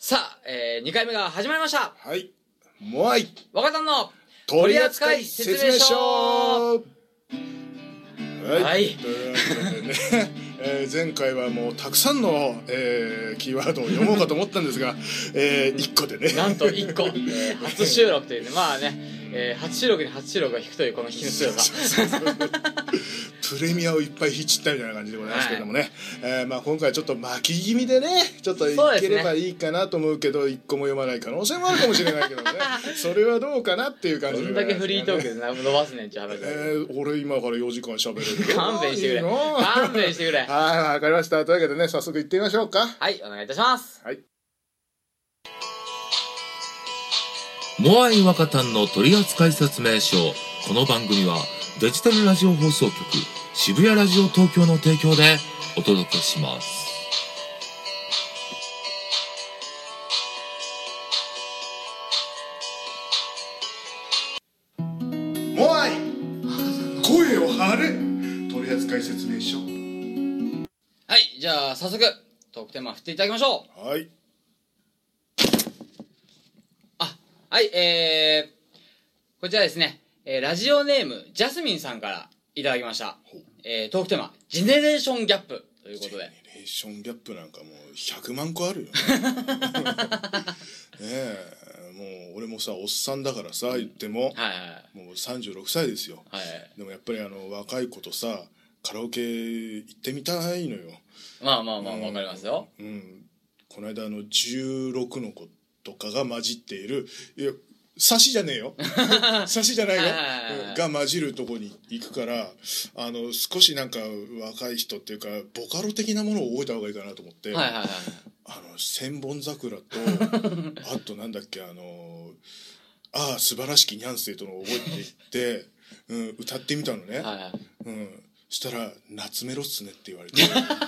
さあ、2回目が始まりました。 はい。モアイ若さんの取扱説明書。はい。というわけでね、前回はもうたくさんの、キーワードを読もうかと思ったんですが、1個でね。 なんと1個、初収録というね、まあね、初収録に初収録が引くというこの引きの強さ。 プレミアをいっぱい引っちったみたいな感じでございますけれどもね、まあ今回ちょっと巻き気味でねちょっといければいいかなと思うけど一個も読まない可能性もあるかもしれないけどねそれはどうかなっていう感じで、 どんだけフリートークで伸ばすねんって話だ、 俺今から4時間喋れる勘弁してくれ勘弁してくれ。 はい、わかりました。というわけでね早速行ってみましょうか。 はい、お願いいたします。 はい。 モアイ若旦の取扱説明書。この番組はデジタルラジオ放送局渋谷ラジオ東京の提供でお届けします。 モアイ声を張れ取扱説明書。 はい、じゃあ早速トークテーマ振っていただきましょう。はい。 はい、こちらですね、ラジオネームジャスミンさんからいただきました。トークテーマジェネレーションギャップということで。 ジェネレーションギャップなんかもう100万個あるよね。ねえ、もう俺もさおっさんだからさ言っても、もう36歳ですよ。でもやっぱり若い子とさカラオケ行ってみたいのよ。 まあわかりますよ。 この間16の子とかが混じっている、いや差しじゃねえよ差しじゃないよが混じるとこに行くから少しなんか若い人っていうかボカロ的なものを覚えた方がいいかなと思って千本桜とあとなんだっけああ素晴らしきニャンセイとのを覚えていって、歌ってみたのね。そしたら夏メロっすねって言われて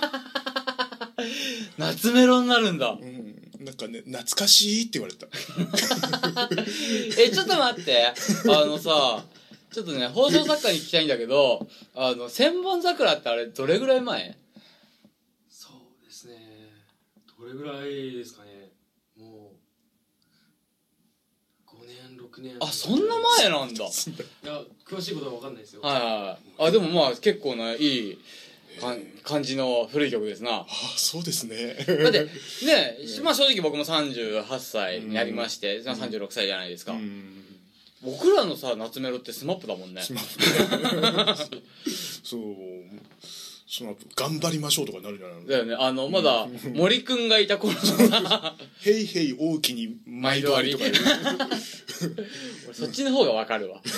夏メロになるんだ。 なんかね懐かしいって言われた。 ちょっと待ってさちょっとね放送作家に聞きたいんだけど千本桜ってあれどれぐらい前？ そうですねどれぐらいですかね。もう5年6年。 あ、そんな前なんだ。いや詳しいことは分かんないですよ。 でもまあ結構ないい感じの古い曲ですな。 そうですね。 だってね、まあ正直僕も38歳になりまして、36歳じゃないですか。僕らのさ夏メロってスマップだもんね。 スマップそうスマップ頑張りましょうとかになるじゃないだよね。まだ森くんがいた頃のさヘイヘイ大きに毎度ありとか俺そっちの方がわかるわ。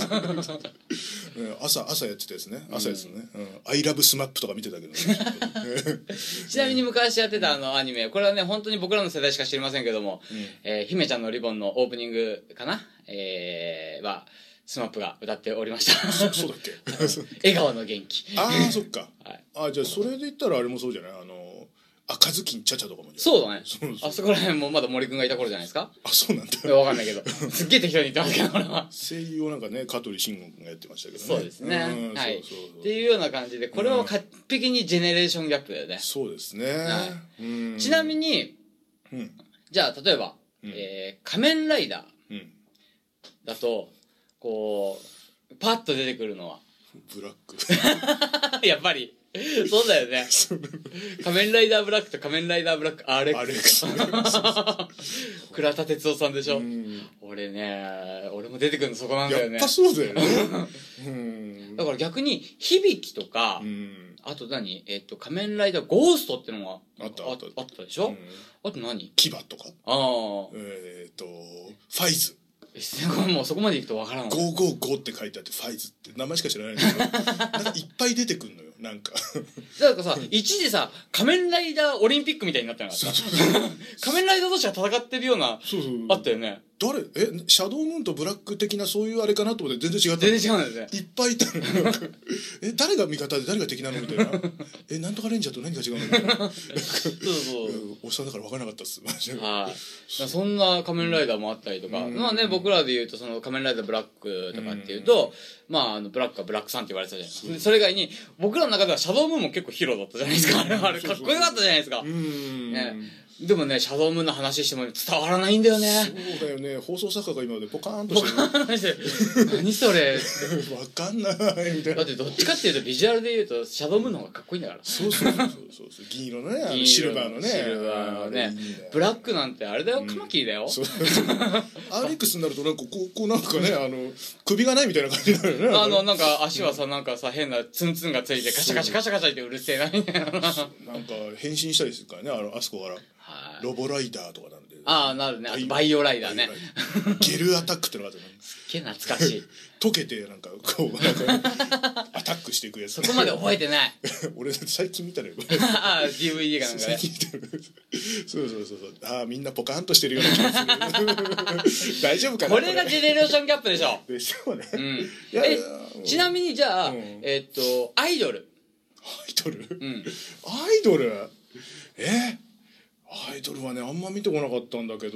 朝やってたやつね。朝やつね。アイラブスマップとか見てたけどね。 ちなみに昔やってたアニメ、これはね本当に僕らの世代しか知りませんけども、姫ちゃんのリボンのオープニングかな、はスマップが歌っておりました。 そうだっけ。 笑顔の元気。 そっか。じゃあそれで言ったらあれもそうじゃない？赤ずきんちゃちゃとかも。 そうだね。あそこら辺もまだ森くんがいた頃じゃないですか。 そうなんだ。 わかんないけどすっげえ適当に言ってますけど俺は。 声優をなんかね香取慎吾君がやってましたけどね。 そうですね。はい。っていうような感じでこれは完璧にジェネレーションギャップだよね。 そうですね。 ちなみにじゃあ例えば仮面ライダーだとこうパッと出てくるのはブラック。 やっぱりそうだよね。仮面ライダーブラックと仮面ライダーブラック RX 倉田哲夫さんでしょ。俺も出てくるのそこなんだよね。 やっぱそうだよね。 だから逆に響とかあと仮面ライダーゴーストってのがあったでしょ。あと何牙とかファイズ。 もうそこまでいくとわからんわ。 555って書いてあってファイズって名前しか知らないんだけどなんかいっぱい出てくるのよなんか。 だからさ一時さ仮面ライダーオリンピックみたいになったのがさ仮面ライダー同士が戦ってるようなあったよね。 誰シャドウムーンとブラック的なそういうあれかなと思って全然違った。 全然違うんだよね。 いっぱいいたの。誰が味方で誰が敵なのみたいな。なんとかレンジャーと何が違うのみたいな。おっさんだから分からなかったっす。 そんな仮面ライダーもあったりとか、まあね僕らで言うとその仮面ライダーブラックとかっていうとまあブラックはブラックさんって言われてたじゃないですか。それ以外に僕らの中ではシャドウムーンも結構ヒーローだったじゃないですか。あれかっこよかったじゃないですか。 でもねシャドームーンの話しても伝わらないんだよね。 そうだよね。放送作家が今までポカーンとしてる。 何それわかんないみたいな。 だってどっちかっていうとビジュアルで言うとシャドームーンの方がかっこいいんだから。 そう銀色のね、シルバーのね、 シルバーのね、ブラックなんてあれだよ、カマキリだよ。 そうアレックスになるとなんかこうなんかね、首がないみたいな感じになるよね。 なんか足はさ、なんかさ変なツンツンがついてカシャカシャカシャカシャってうるせえなみたいな。なんか変身したりするからね、あそこからロボライダーとかなんで。 なるね。あとバイオライダーね。 ゲルアタックってのがあってね。 すっげえ懐かしい。 溶けてなんかこうアタックしていくやつ。 そこまで覚えてない。 俺最近見たのよ。 DVD かなんかね。 最近見たの。そうみんなポカーンとしてるような気がする。大丈夫かな。 これがジェネレーションギャップでしょ。 でしょうね。 ちなみにじゃあアイドル。 アイドルアイドルはねあんま見てこなかったんだけど、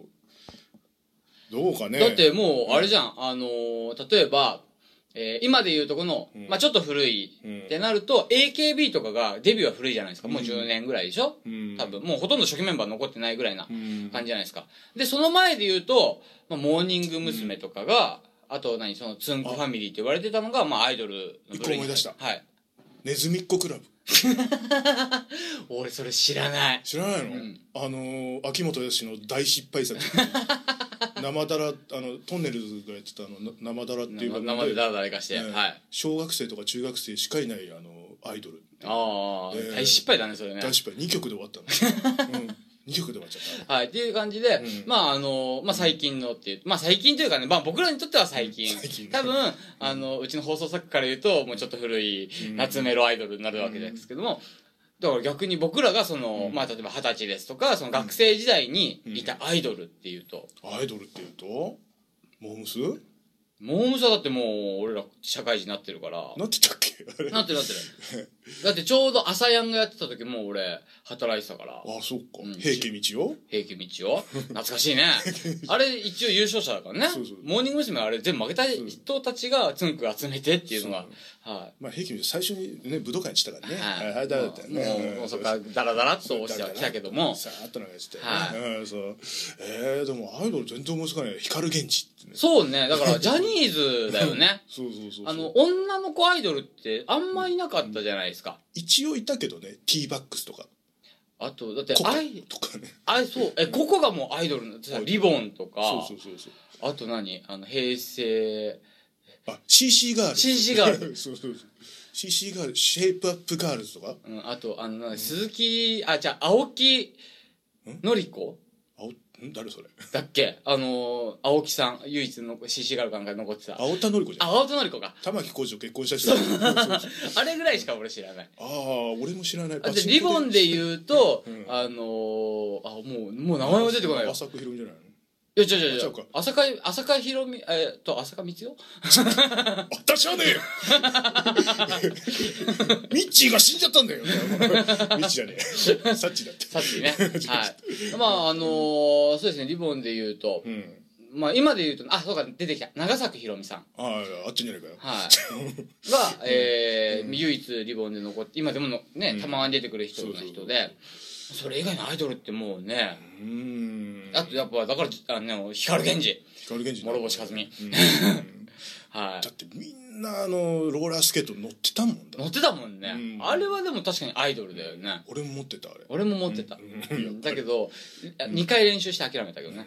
どうかね。 だってもうあれじゃん、例えば今でいうとこの、ちょっと古いってなると AKB とかがデビューは古いじゃないですか。もう10年ぐらいでしょ、多分もうほとんど初期メンバー残ってないぐらいな感じじゃないですか。でその前でいうと、モーニング娘。とかが、あとそのツンクファミリーって言われてたのが、アイドルの部類。 一個思い出した。 はい。 ネズミっ子クラブ。 俺それ知らない。 知らないの？秋元康の大失敗作。生だらトンネルズがやってた生だらっていう生でダラダラかして、 小学生とか中学生しかいないアイドル。 大失敗だねそれね。 大失敗。2曲で終わったの。2曲で終わっちゃった。 はい、っていう感じで、最近のっていう、最近というかね、僕らにとっては最近。多分、うちの放送作家から言うと、もうちょっと古い夏メロアイドルになるわけですけども、だから逆に僕らが例えば20歳ですとか、その学生時代にいたアイドルっていうと。 アイドルっていうとモームス？ モームスはだってもう俺ら社会人になってるから。 なってたっけ？ なってる。だってちょうど朝やんがやってた時もう俺働いてたから。 あ、そっか。平家道夫懐かしいね。あれ一応優勝者だからね。モーニング娘。あれ全部負けた人たちがつんく集めてっていうのが。 平家道夫最初にね武道館にしたからね。はい、だったね。もうそっからダラダラっと落ちてきたけども。 さーっと流してね。そう。でもアイドル全然思いつかない。光源氏ってね。 そうね。だからジャニーズだよね。 そう。 女の子アイドルってあんまいなかったじゃないですか。 一応いたけどね、ティーバックスとか。 あとだってココとかね。 そうココがもうアイドルのリボンとか。 そう。 あと平成。 CC ガール。 CC ガール。 そう。CC ガール、シェイプアップガールズとか。 あと鈴木青木のり子。 誰それだっけ青木さん唯一の CC ガールかなんか残ってた青田のり子じゃん。 青田のり子か。 玉置浩二と結婚した人。 あれぐらいしか俺知らない。 俺も知らない。 リボンで言うともう名前は出てこないよ。 浅香ひろみじゃないの？ いや違う浅香ひろみ浅香光代。 私はねミッチーが死んじゃったんだよ。ミッチーじゃねえ、サッチだって。 サッチね。はい。そうですね、リボンで言うと、今で言うとそうか、出てきた長崎ひろみさん。 あっちじゃないかよ。 が唯一リボンで残って今でもねたまに出てくる人で、それ以外のアイドルってもうね、あとやっぱだから光源氏諸星和美。 だってみんなローラースケート乗ってたもんだ。 乗ってたもんね。あれはでも確かにアイドルだよね。 俺も持ってた。あれ俺も持ってた。だけど2回練習して諦めたけどね。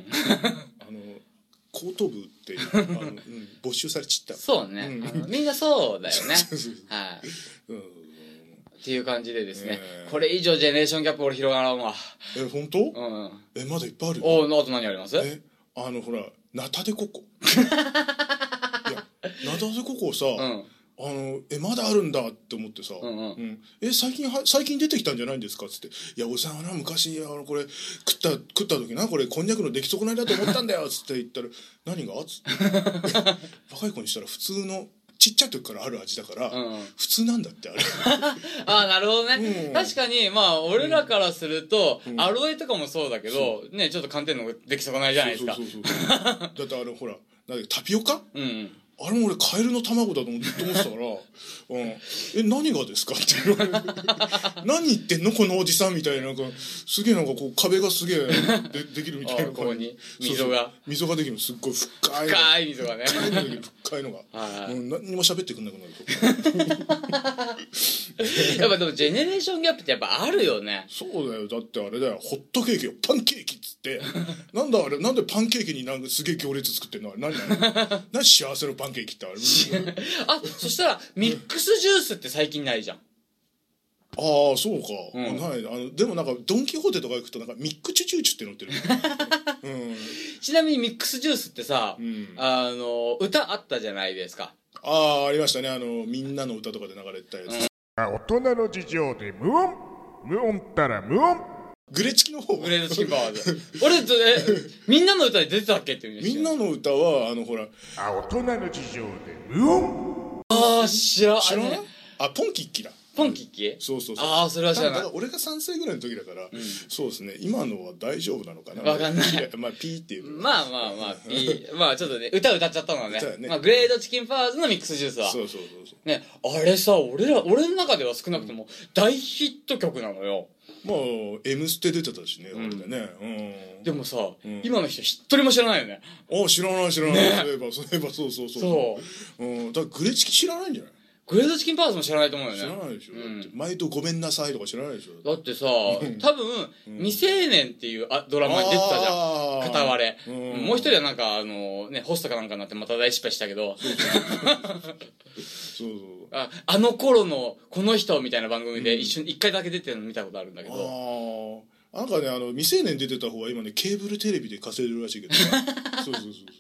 高等部って没収されちった。 そうね、みんなそうだよね。はい。っていう感じでですね、これ以上ジェネレーションギャップ俺広がらんわ。 本当？まだいっぱいあるよ。あと何あります？ ほらナタデココ。ナタデココさ、まだあるんだって思ってさ、最近出てきたんじゃないんですかっつって、いやおじさんはな昔これ食った時なこれこんにゃくの出来損ないだと思ったんだよっつって言ったら何がっつって若い子にしたら普通のちっちゃい時からある味だから、普通なんだってあれ。 なるほどね。確かに俺らからするとアロエとかもそうだけどね、ちょっと寒天の出来損ないじゃないですか。 だってほらタピオカ、ああれも俺カエルの卵だと思ってたから何がですかって言われて何言ってんのこのおじさんみたいな、なんかすげえなんかこう壁がすげえ できるみたいな感じ。 ここに溝が溝ができるの、すっごい深い溝がね深いのが何にも喋ってくんなくなるとやっぱでもジェネレーションギャップってやっぱあるよね。 そうだよ。だってあれだよ、ホットケーキよパンケーキっつってなんだあれ、なんでパンケーキになんかすげえ行列作ってんの、あれ何何幸せのパンケーキってあれあ、そしたらミックスジュースって最近ないじゃん。 ああそうか、ないでもなんかドン・キホーテとか行くとなんかミックチュチューチュって載ってる、 ちなみにミックスジュースってさ、歌あったじゃないですか。 ありましたね。みんなの歌とかで流れてたやつ、 大人の事情で無音ったら無音。 グレチキの方、 グレードチキンパワーズ俺みんなの歌で出てたっけってみんなの歌はほら大人の事情で無音。 知らない。ポンキッキだ。 ポンキッキ？ そうそれは知らない。 だから俺が3歳ぐらいの時だから、そうですね。今のは大丈夫なのかな。 わかんない。 まあピーっていう。 まあピー。まあちょっとね歌っちゃったのはね。まあグレードチキンパワーズのミックスジュースは。そうね、あれさ俺の中では少なくとも大ヒット曲なのよ。 まあ「M ステ」出てたしね、あれでね。 でもさ、今の人一人も知らないよね。 知らない。そういえばそう。だからグレチキ知らないんじゃない？ グレードチキンパワーズも知らないと思うよね。 知らないでしょ。毎度ごめんなさいとか知らないでしょ。 だってさ、多分未成年っていうドラマに出てたじゃん、片割れ。もう一人はなんかホストかなんかになってまた大失敗したけど、あの頃のこの人みたいな番組で一回だけ出てるの見たことあるんだけど、 なんかね未成年出てた方は今ねケーブルテレビで稼いでるらしいけどそう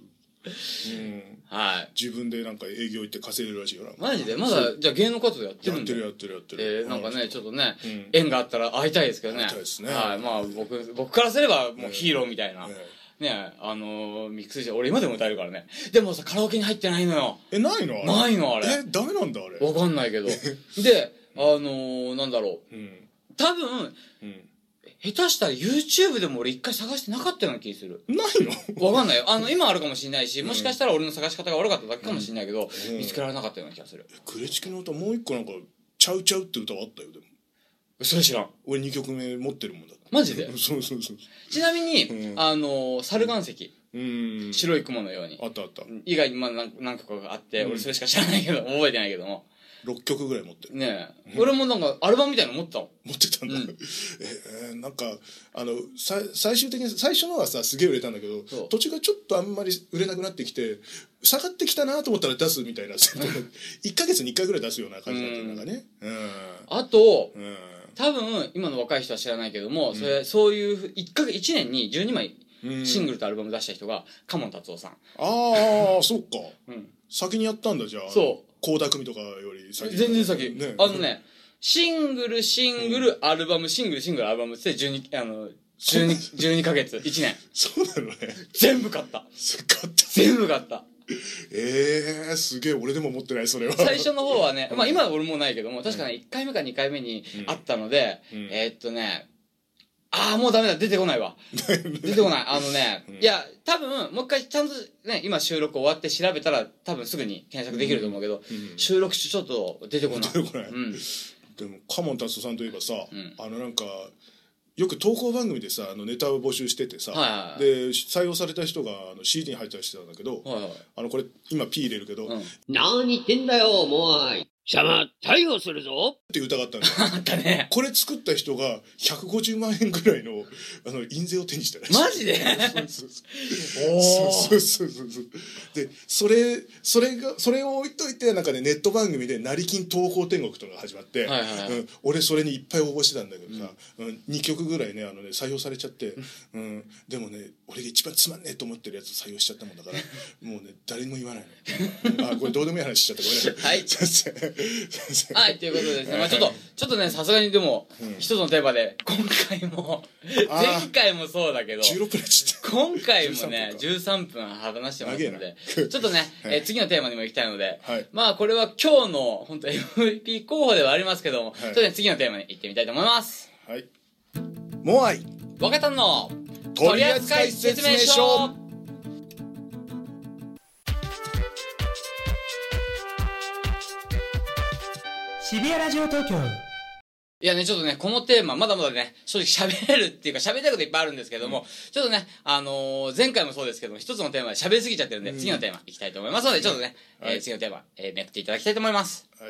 自分でなんか営業行って稼いでるらしいから。 マジでまだじゃあ芸能活動やってるんだ。 やってる。 なんかねちょっとね縁があったら会いたいですけどね。 会いたいですね。 まあ僕からすればもうヒーローみたいなね、ミックスジュース俺今でも歌えるからね。でもさカラオケに入ってないのよ。 ないの？ ないのあれ。 ダメなんだあれ。 わかんないけど。でなんだろう、多分下手したら YouTube でも俺一回探してなかったような気がする。 ないの？ わかんないよ。今あるかもしれないし、もしかしたら俺の探し方が悪かっただけかもしれないけど、見つけられなかったような気がする。 グレチキの歌もう一個なんかちゃうちゃうって歌はあったよ。でもそれ知らん。 俺2曲目持ってるもんだ。 マジで？ そう。 ちなみに猿岩石、白い雲のようにあった以外に何曲かあって、俺それしか知らないけど覚えてないけども 6曲ぐらい持ってるねえ、俺もなんかアルバムみたいなの持ってたもん。 持ってたんだ、なんか最終的に最初のはさすげえ売れたんだけど、途中がちょっとあんまり売れなくなってきて下がってきたなと思ったら出すみたいな1ヶ月に1回ぐらい出すような感じだったんだね。 あと多分今の若い人は知らないけども、そういう1年に12枚シングルとアルバム出した人が嘉門達夫さん。 そっか、先にやったんだ。じゃあ倖田來未とかより先。 全然先。シングルアルバムシングルアルバムって12ヶ月1年。 そうなのね。 全部買った全部買った。 すげえ。俺でも持ってない。それは最初の方はね、まあ今は俺もうないけども、確かに1回目か2回目にあったので、もうダメだ、出てこないわ。出てこない。いや、多分、もう一回ちゃんとね、今収録終わって調べたら、多分すぐに検索できると思うけど、収録中ちょっと出てこない。 出てこない。でも、嘉門達夫さんといえばさ、なんか、よく投稿番組でさ、ネタを募集しててさ、で、採用された人がCD に入ったりしてたんだけど、これ、今 P 入れるけど、 何言ってんだよ、もう。貴様、逮捕するぞっていう歌があったんだよ。 あったね。 これ作った人が150万円ぐらいの印税を手にしたらしい。 マジで？ そう。で、それを置いといて、なんかね、ネット番組で成金東宝天国とかが始まって、俺それにいっぱい応募してたんだけどさ、2曲ぐらいね、採用されちゃって、でもね、俺が一番つまんねえと思ってるやつ採用しちゃったもんだから、もうね、誰にも言わないの。これどうでもいい話しちゃった。ごめんなさい。 はい。はい、ということでですね、ちょっとね、さすがにでも、一つのテーマで、今回も、前回もそうだけど、今回もね、13分話してますので、ちょっとね、次のテーマにも行きたいので、まあこれは今日の、本当 MVP 候補ではありますけども、ちょっとね、次のテーマに行ってみたいと思います。 はい。モアイ若旦の取扱説明書。 渋谷ラジオ東京。 いやね、ちょっとね、このテーマ、まだまだね、正直喋れるっていうか、喋りたいこといっぱいあるんですけども、ちょっとね、前回もそうですけども、一つのテーマで喋りすぎちゃってるんで、次のテーマいきたいと思いますので、ちょっとね、次のテーマ、めくっていただきたいと思います。 はい。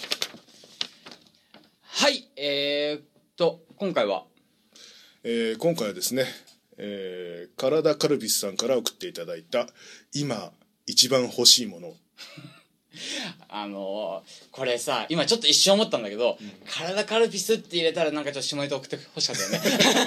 はい、今回は、 今回はですね、体カルピスさんから送っていただいた今一番欲しいもの。 これさ、今ちょっと一瞬思ったんだけど、体カルピスって入れたらなんかちょっと下ネタ送ってほしかったよ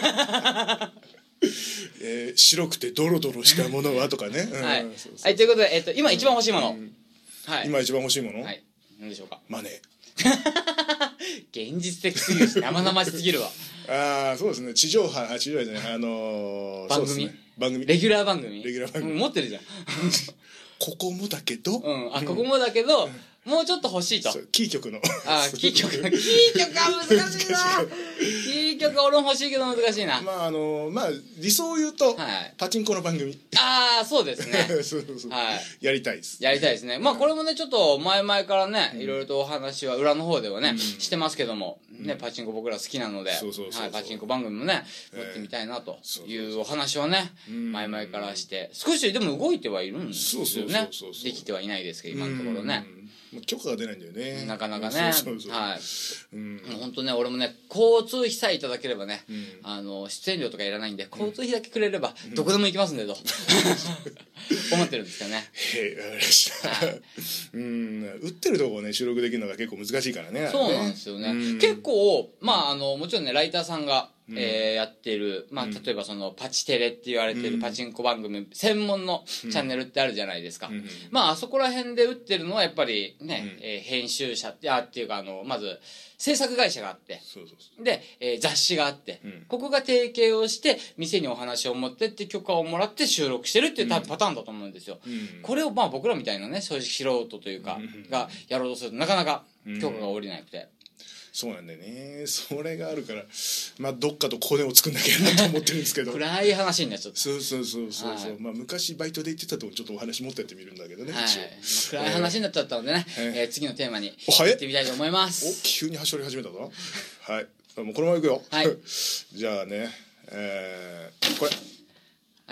ね。 白くてドロドロしたものはとかね。 はい、はい、ということで、今一番欲しいもの、はい、 今一番欲しいもの、 はい、何でしょうか。 マネー。 現実的すぎるし生々しすぎるわ。 ああ、そうですね。地上波じゃない、 番組、 ね、番組レギュラー番組持ってるじゃん。 ここもだけど、 ここもだけど、もうちょっと欲しいと。 キー局の。 キー局は難しいな。キー局は俺も欲しいけど難しいな。 まあ理想を言うと、パチンコの番組。 ああ、そうですね。 そうはい。やりたいです。 やりたいですね。まあこれもね、ちょっと前々からね、いろいろとお話は裏の方ではね、してますけども、ね、パチンコ僕ら好きなので、パチンコ番組もね、持ってみたいなというお話はね、前々からして、少しでも動いてはいるんですよね。できてはいないですけど、今のところね。 許可が出ないんだよね。 なかなかね。はい。本当ね、俺もね、交通費さえいただければね、出演料とかいらないんで、交通費だけくれれば、どこでも行きますんで、と思ってるんですけどね。 わかりました。打ってるとこをね、収録できるのが結構難しいからね。 そうなんですよね。結構、まあ、もちろんね、ライターさんが、やってる、まあ、例えばそのパチテレって言われてるパチンコ番組専門のチャンネルってあるじゃないですか。まああそこら辺で打ってるのはやっぱりね、編集者っていうかまず制作会社があって、で、雑誌があって、ここが提携をして店にお話を持ってって許可をもらって収録してるっていうパターンだと思うんですよ。これをまあ僕らみたいなね、正直素人というかがやろうとするとなかなか許可が下りなくて。 そうなんだよね。それがあるから、まあどっかとコネを作んなきゃなと思ってるんですけど。 暗い話になっちゃった。 そう。まあ昔バイトで言ってたとこちょっとお話持ってってみるんだけどね。 暗い話になっちゃったのでね、次のテーマに行ってみたいと思います。 急に走り始めたぞ。はい。もうこのままいくよ。 はい。 じゃあね、これ。 はい。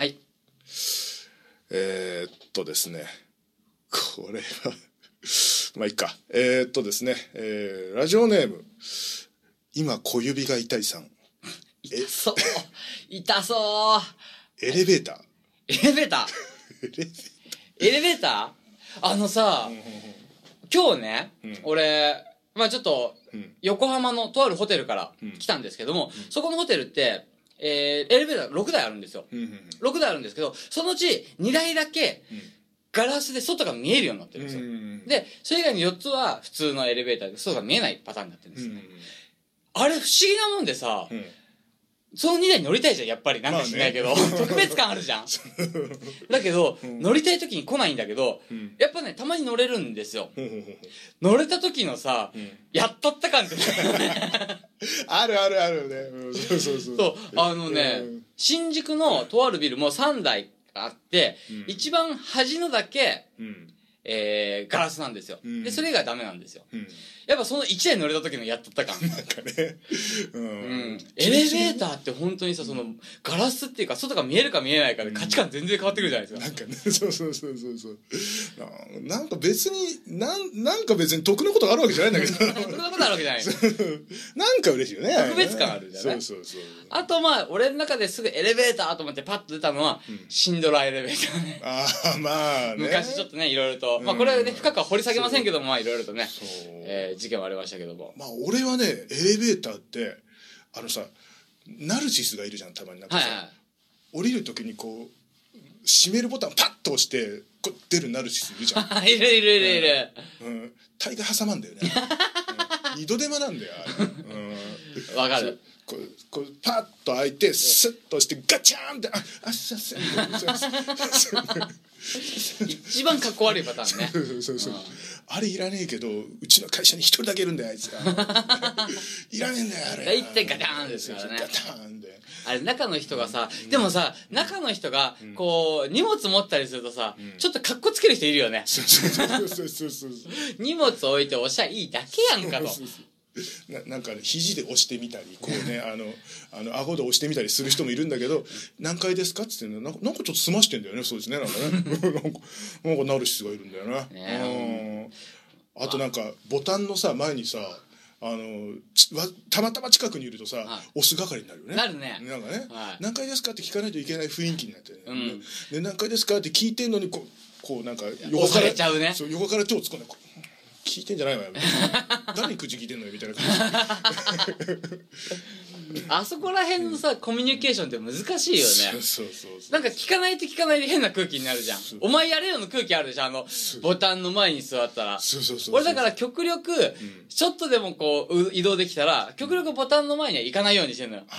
ですね。これは。まあいいか。ですね、ラジオネーム今小指が痛いさん。 痛そう。 エレベーター今日ね、俺まあちょっと横浜のとあるホテルから来たんですけども、そこのホテルってエレベーター6台あるんですよ。6台あるんですけど、そのうち2台だけガラスで外が見えるようになってるんですよ。で、それ以外に4つは普通のエレベーターで外が見えないパターンになってるんですね。あれ不思議なもんでさ、その2台に乗りたいじゃん、やっぱり。なんかしないけど。特別感あるじゃん。だけど、乗りたい時に来ないんだけど、やっぱね、たまに乗れるんですよ。乗れた時のさ、やっとった感ってあるね。 そう、新宿のとあるビルも3台あって、一番端のだけ、ガラスなんですよ。で、それ以外はダメなんですよ。やっぱその1台乗れた時のやっとった感。なんかね。エレベーターって本当にさ、その、ガラスっていうか、外が見えるか見えないかで価値観全然変わってくるじゃないですか。 なんかね、そう。なんか別に得なことがあるわけじゃないんだけど。 得なことあるわけじゃない。 なんか嬉しいよね。 特別感あるじゃない。 そう。 あとまあ、俺の中ですぐエレベーターと思ってパッと出たのは、シンドラエレベーターね。 まあね。 昔ちょっとね、いろいろと、まあこれはね、深くは掘り下げませんけども、まあいろいろとね、事件はありましたけども。まあ俺はね、エレベーターってナルシスがいるじゃん、たまに。なんかさ、降りる時にこう閉めるボタンパッと押して出るナルシスいるじゃん。 いる。 大概挟まんだよね。二度手間なんだよ。 わかる。 こうパッと開いてスッとしてガチャーンってすいません一番かっこ悪いパターンね。 そうあれいらねえけどうちの会社に一人だけいるんだよあいつがいらねえんだよあれ大体ガターンですからね。 ガターンであれ中の人がさ、でもさ中の人がこう荷物持ったりするとさ、ちょっとカッコつける人いるよね。 そう荷物置いておしゃいいだけやんかと。 なんか、ね、肘で押してみたりこうね顎で押してみたりする人もいるんだけど何回ですかって言ってなんかちょっと済ましてんだよね。そうですねなんかなる人がいるんだよね。あとなんかボタンのさ前にさたまたま近くにいるとさ、押す係になるよね。 なるね。 なんかね、 はい、 何回ですかって聞かないといけない雰囲気になってる、 ね。 で何回ですかって聞いてんのにこうなんか横からちゃうね。 そう横から手を突っ込んで聞いてんじゃないわよみたいな誰に口聞いてんのよみたいな感じあそこら辺のさコミュニケーションって難しいよね。 そうなんか聞かないと聞かないで変な空気になるじゃん。お前やれよの空気あるでしょボタンの前に座ったら。俺だから極力ちょっとでもこう移動できたら極力ボタンの前には行かないようにしてんのよ。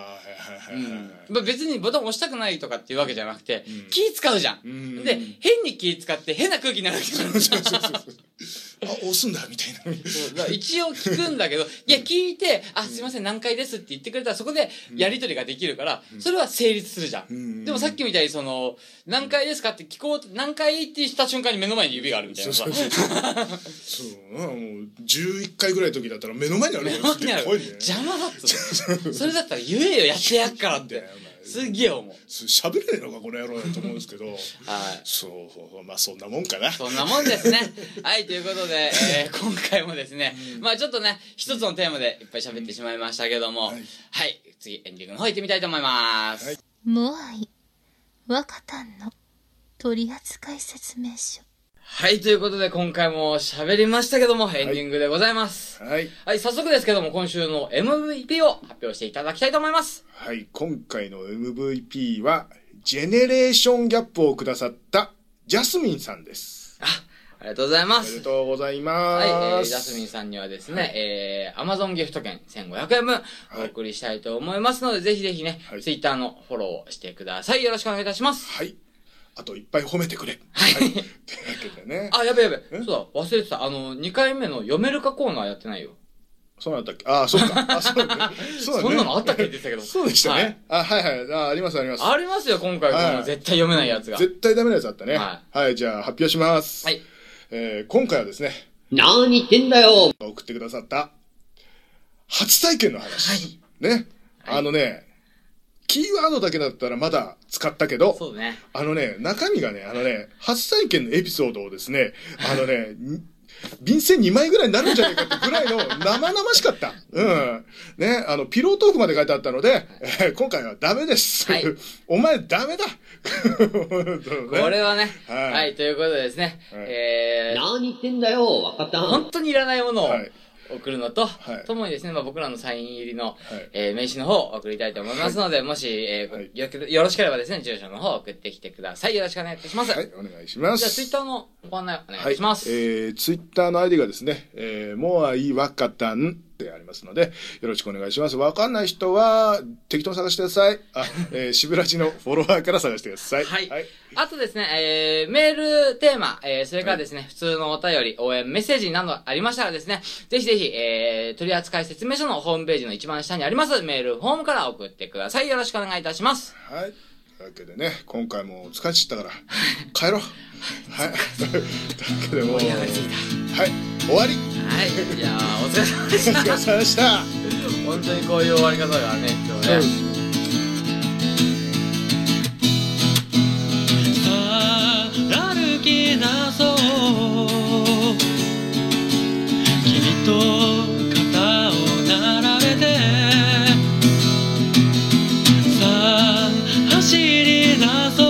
別にボタン押したくないとかっていうわけじゃなくて、気使うじゃん。で変に気使って変な空気になるわけじゃん。 押すんだみたいな。一応聞くんだけど、いや聞いてすいません何回ですって言ってくれたらそこでやり取りができるからそれは成立するじゃん。でもさっきみたいに何回ですかって聞こう何回って言った瞬間に目の前に指があるみたいなさ。そうもう11回ぐらいの時だったら目の前にあるから邪魔だっつそれだったら言えよやってやっからってすっげえ思う。 喋れねえのかこの野郎だと思うんですけどそうまあそんなもんかな。 そんなもんですね。はいということで、今回もですねまあちょっとね一つのテーマでいっぱい喋ってしまいましたけども、はい次エンディングの方行ってみたいと思います。 モアイ若旦の取扱説明書。 はいということで今回も喋りましたけどもエンディングでございます。はい早速ですけども今週の MVP を発表していただきたいと思います。 はい今回の MVP はジェネレーションギャップをくださったジャスミンさんです。 ありがとうございます。 ありがとうございます。 はい、ジャスミンさんにはですね、Amazon ギフト券1500円分お送りしたいと思いますので、ぜひぜひね、Twitter のフォローしてください。よろしくお願いいたします。 はい。あといっぱい褒めてくれ。はい。というわけでね。 やべ。そうだ、忘れてた。2回目の読めるかコーナーやってないよ。 そうなんだっけそうか。そうね。 そんなのあったっけって言ってたけど。 そうでしたね。はい。あります。 ありますよ、今回この絶対読めないやつが。 絶対ダメなやつあったね。はい。じゃあ発表します。はい。今回はですね。 何言ってんだよ。 送ってくださった初体験の話。ね。キーワードだけだったらまだ使ったけど、 そうね。 中身がね、初体験のエピソードをですね、便箋2枚ぐらいになるんじゃないかってぐらいの生々しかった。ね、ピロートークまで書いてあったので、今回はダメです。はい、お前ダメだこれはね、はい、ということでですね、 何言ってんだよ、わかった。 本当にいらないものを、送るのと、ともにですね、僕らのサイン入りの、名刺の方を送りたいと思いますので、もし、よろしければですね、住所の方を送ってきてください。よろしくお願いいたします。 はい、お願いします。 じゃあ、ツイッターのご案内お願いします。 ツイッターの ID がですね、モアイワカタンってありますので、よろしくお願いします。わかんない人は、適当に探してください。渋ラジのフォロワーから探してください。 はい。あとですね、メールテーマ、それからですね、普通のお便り、応援メッセージなどありましたらですね、ぜひぜひ、取扱説明書のホームページの一番下にありますメールフォームから送ってください。よろしくお願いいたします。 はい。というわけでね、今回も疲れちゃったから、帰ろう。はい。というわけでもう、はい、終わり。 はい、じゃあ、お疲れ様でした。 お疲れ様でした。 本当にこういう終わり方がね、今日ね。 歩き出そう君と肩を並べてさあ走り出そう